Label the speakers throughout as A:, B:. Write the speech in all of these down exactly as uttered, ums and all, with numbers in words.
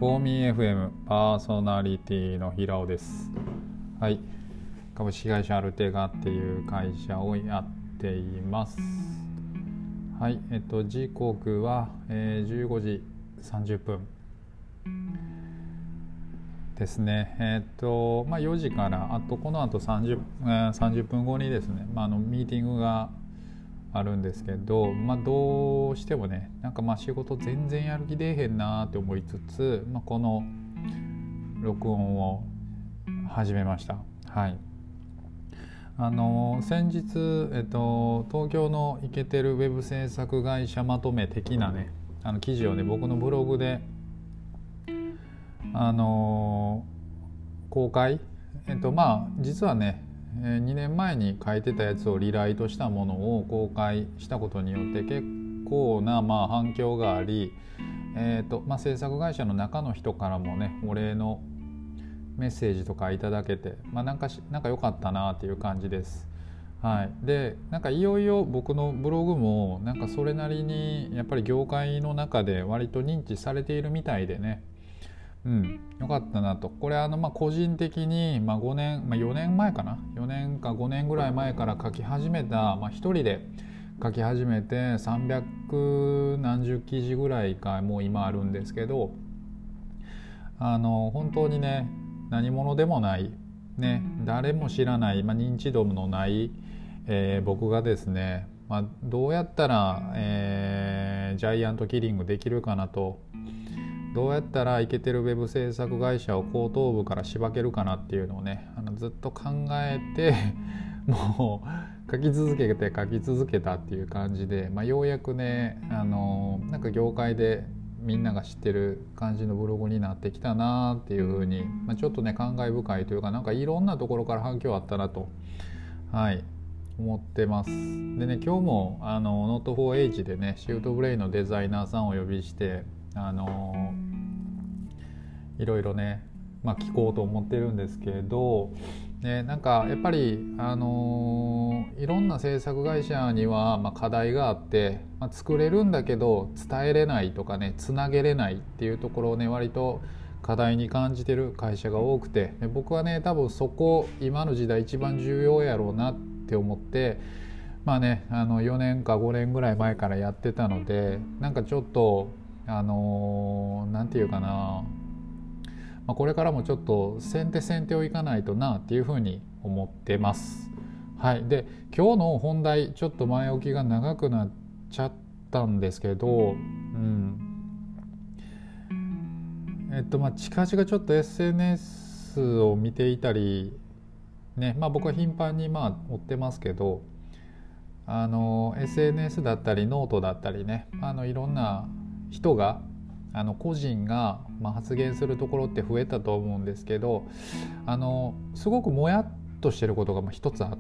A: フォーミーエフエム パーソナリティの平尾です。はい、株式会社アルテガっていう会社をやっています。はい、えっと時刻は、えー、じゅうごじさんじゅっぷんですね。えっとまあよじからあとこの後さんじゅう、えー、さんじゅっぷんごにですね、まあ、あのミーティングがあるんですけど、まあ、どうしてもねなんかまあ仕事全然やる気出えへんなって思いつつ、まあ、この録音を始めました。はい、あの先日、えっと、東京のイケてるウェブ制作会社まとめ的なねあの記事をね僕のブログであの公開えっとまあ実はねにねんまえに書いてたやつをリライトしたものを公開したことによって結構なまあ反響があり、えーとまあ、制作会社の中の人からもねお礼のメッセージとかいただけて、まあ、なんかなんか良かったなっていう感じです。はい、でなんかいよいよ僕のブログもなんかそれなりにやっぱり業界の中で割と認知されているみたいでね、うん、よかったなと。これあのまあ個人的にまあごねん、まあ、よねんまえかなよねんかごねんぐらい前から書き始めた、まあ、一人で書き始めてさんびゃくなんじゅう記事ぐらいかもう今あるんですけど、あの本当にね何者でもないね誰も知らない、まあ、認知度のない、えー、僕がですね、まあ、どうやったら、えー、ジャイアントキリングできるかなと、どうやったらイケてるウェブ制作会社を後頭部からしばけるかなっていうのをねあのずっと考えてもう書き続けて書き続けたっていう感じで、まあ、ようやくねあのなんか業界でみんなが知ってる感じのブログになってきたなっていうふうに、まあ、ちょっとね感慨深いというかなんかいろんなところから反響あったなと、はい思ってます。でね今日もあの ノットフォーエイチ でねシュートブレイのデザイナーさんをお呼びしてあのいろいろね、まあ、聞こうと思ってるんですけど、ね、なんかやっぱり、あのいろんな制作会社にはまあ課題があって、まあ、作れるんだけど伝えれないとかねつなげれないっていうところをね割と課題に感じてる会社が多くて、で僕はね多分そこ今の時代一番重要やろうなって思ってまあねあのよねんかごねんぐらい前からやってたので、なんかちょっとあのなんていうかな、まあ、これからもちょっと先手先手をいかないとなっていうふうに思ってます。はい、で今日の本題ちょっと前置きが長くなっちゃったんですけど、うんえっとまあ近々ちょっと エスエヌエス を見ていたりね、まあ僕は頻繁にまあ追ってますけど、あの エスエヌエス だったりノートだったりねあのいろんな人があの個人がまあ発言するところって増えたと思うんですけど、あのすごくもやっとしてることがまあ一つあって、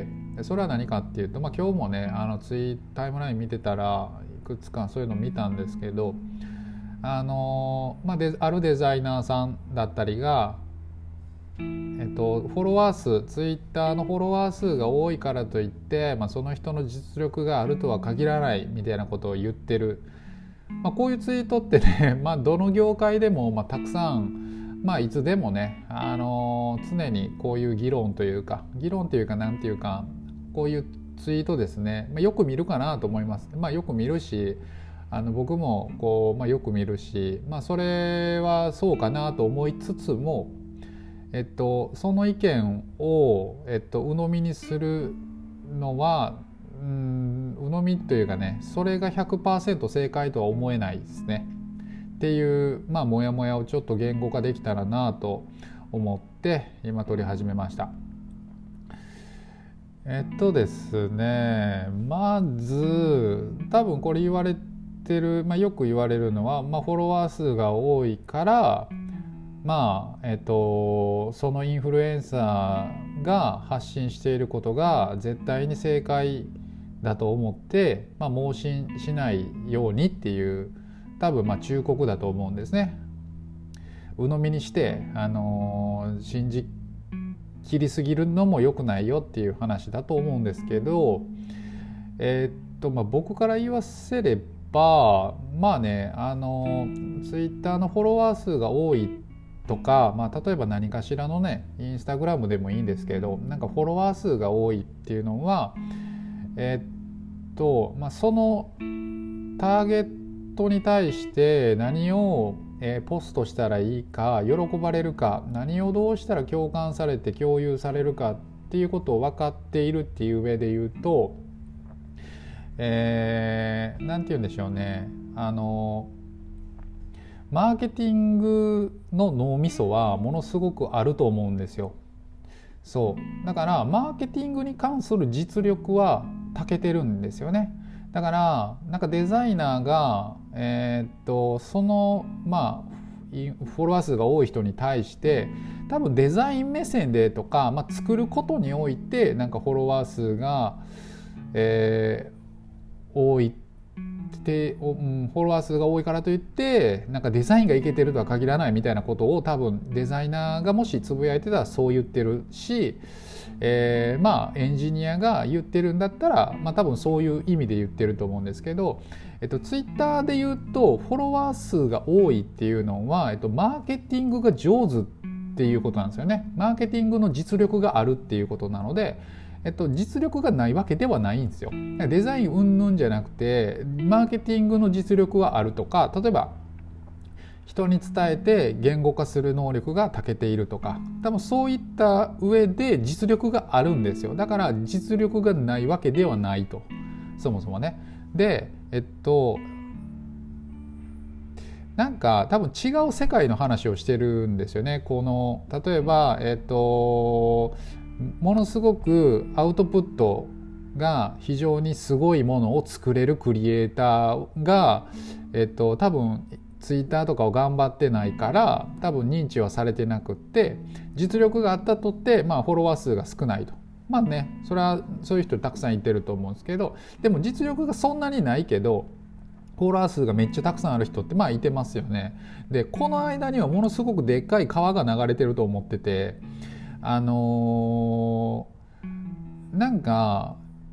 A: それは何かっていうと、まあ、今日もねあのツイタイムライン見てたらいくつかそういうの見たんですけど、あの、まあ、であるデザイナーさんだったりがえっと、フォロワー数ツイッターのフォロワー数が多いからといって、まあ、その人の実力があるとは限らないみたいなことを言ってる、まあ、こういうツイートってね、まあ、どの業界でもまあたくさん、まあ、いつでもね、あのー常にこういう議論というか議論というかなんていうかこういうツイートですね、まあ、よく見るかなと思います。まあ、よく見るしあの僕もこう、まあ、よく見るし、まあ、それはそうかなと思いつつもえっと、その意見を、えっと、鵜呑みにするのはうん鵜呑みというかねそれが ひゃくパーセント 正解とは思えないですねっていうまあモヤモヤをちょっと言語化できたらなと思って今撮り始めました。えっとですねまず多分これ言われてる、まあ、よく言われるのは、まあ、フォロワー数が多いからまあえっと、そのインフルエンサーが発信していることが絶対に正解だと思って、まあ、盲信しないようにっていう多分まあ忠告だと思うんですね。鵜呑みにして、あのー信じきりすぎるのも良くないよっていう話だと思うんですけど、えーっとまあ、僕から言わせればばまあねあのツイッターのフォロワー数が多いとか、まあ、例えば何かしらのねインスタグラムでもいいんですけど、なんかフォロワー数が多いっていうのはえー、っと、まあ、そのターゲットに対して何を、えー、ポストしたらいいか、喜ばれるか、何をどうしたら共感されて共有されるかっていうことを分かっているっていう上で言うと、えー、なんて言うんでしょうね、あのマーケティングの脳みそはものすごくあると思うんですよ。そうだからマーケティングに関する実力は長けてるんですよね。だからなんかデザイナーが、えー、っとそのまあフォロワー数が多い人に対して多分デザイン目線でとか、まあ、作ることにおいてなんかフォロワー数が、えー、多いでフォロワー数が多いからといってなんかデザインがいけてるとは限らないみたいなことを多分デザイナーがもしつぶやいてたらそう言ってるし、えー、まあエンジニアが言ってるんだったら、まあ、多分そういう意味で言ってると思うんですけど、えっと、ツイッターで言うとフォロワー数が多いっていうのは、えっと、マーケティングが上手っていうことなんですよね。マーケティングの実力があるっていうことなので、えっと、実力がないわけではないんですよ。デザイン云々じゃなくてマーケティングの実力はあるとか、例えば人に伝えて言語化する能力が長けているとか、多分そういった上で実力があるんですよ。だから実力がないわけではないと、そもそもね。でえっとなんか多分違う世界の話をしてるんですよね。この例えばえっとものすごくアウトプットが非常にすごいものを作れるクリエイターが、えっと、多分ツイッターとかを頑張ってないから多分認知はされてなくって、実力があったとって、まあ、フォロワー数が少ないと。まあね、それはそういう人たくさんいてると思うんですけど、でも実力がそんなにないけどフォロワー数がめっちゃたくさんある人ってまあいてますよね。でこの間にはものすごくでっかい川が流れてると思ってて、あのー、なんか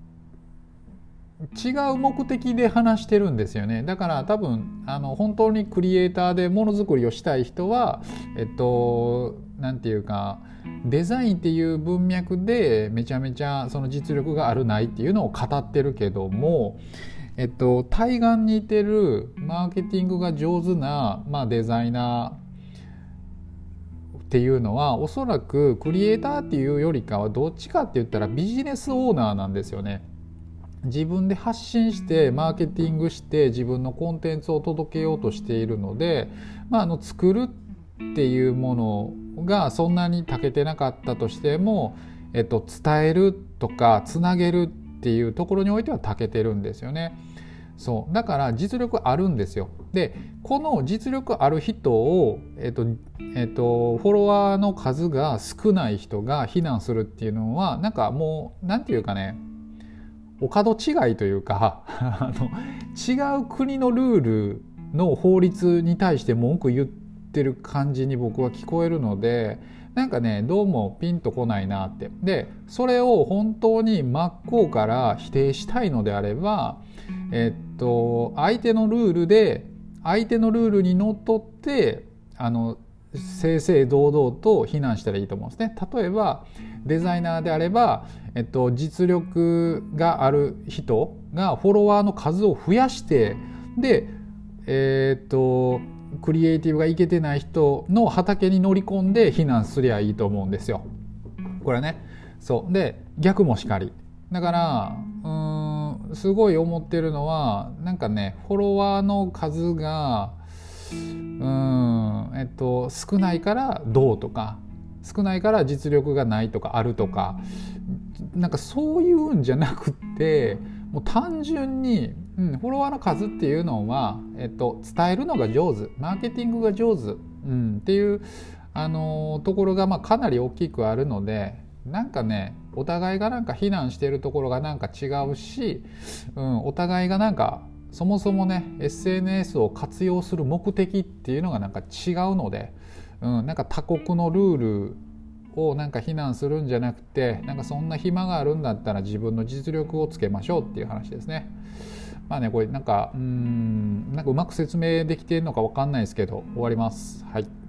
A: 違う目的で話してるんですよね。だから多分あの本当にクリエイターでものづくりをしたい人はえっとなんていうかデザインっていう文脈でめちゃめちゃその実力があるないっていうのを語ってるけども、えっと対岸にいてるマーケティングが上手な、まあ、デザイナーっていうのはおそらくクリエイターっていうよりかはどっちかって言ったらビジネスオーナーなんですよね。自分で発信してマーケティングして自分のコンテンツを届けようとしているので、まあ、あの作るっていうものがそんなに長けてなかったとしても、えっと、伝えるとかつなげるっていうところにおいては長けてるんですよね。そうだから実力あるんですよ。でこの実力ある人を、えっとえっと、フォロワーの数が少ない人が非難するっていうのはなんかもうなんていうかね、お門違いというかあの違う国のルールの法律に対して文句言ってる感じに僕は聞こえるので、なんかねどうもピンとこないなって。でそれを本当に真っ向から否定したいのであれば、えっと相手のルールで相手のルールにのっとってあの正々堂々と非難したらいいと思うんですね。例えばデザイナーであれば、えっと、実力がある人がフォロワーの数を増やしてで、えー、っとクリエイティブがいけてない人の畑に乗り込んで非難すりゃいいと思うんですよ。これね。そうで逆もしかり。だからうーんすごい思ってるのはなんかねフォロワーの数がうーん、えっと、少ないからどうとか少ないから実力がないとかあるとかなんかそういうんじゃなくってもう単純に、うん、フォロワーの数っていうのは、えっと、伝えるのが上手マーケティングが上手、うん、っていう、あのー、ところがまあかなり大きくあるのでなんかねお互いがなんか非難しているところがなんか違うし、うん、お互いがなんかそもそもね エスエヌエス を活用する目的っていうのがなんか違うので、うん、なんか他国のルールをなんか非難するんじゃなくて、なんかそんな暇があるんだったら自分の実力をつけましょうっていう話ですね。まあね、これなんかうーんなんかうまく説明できているのか分かんないですけど終わります。はい。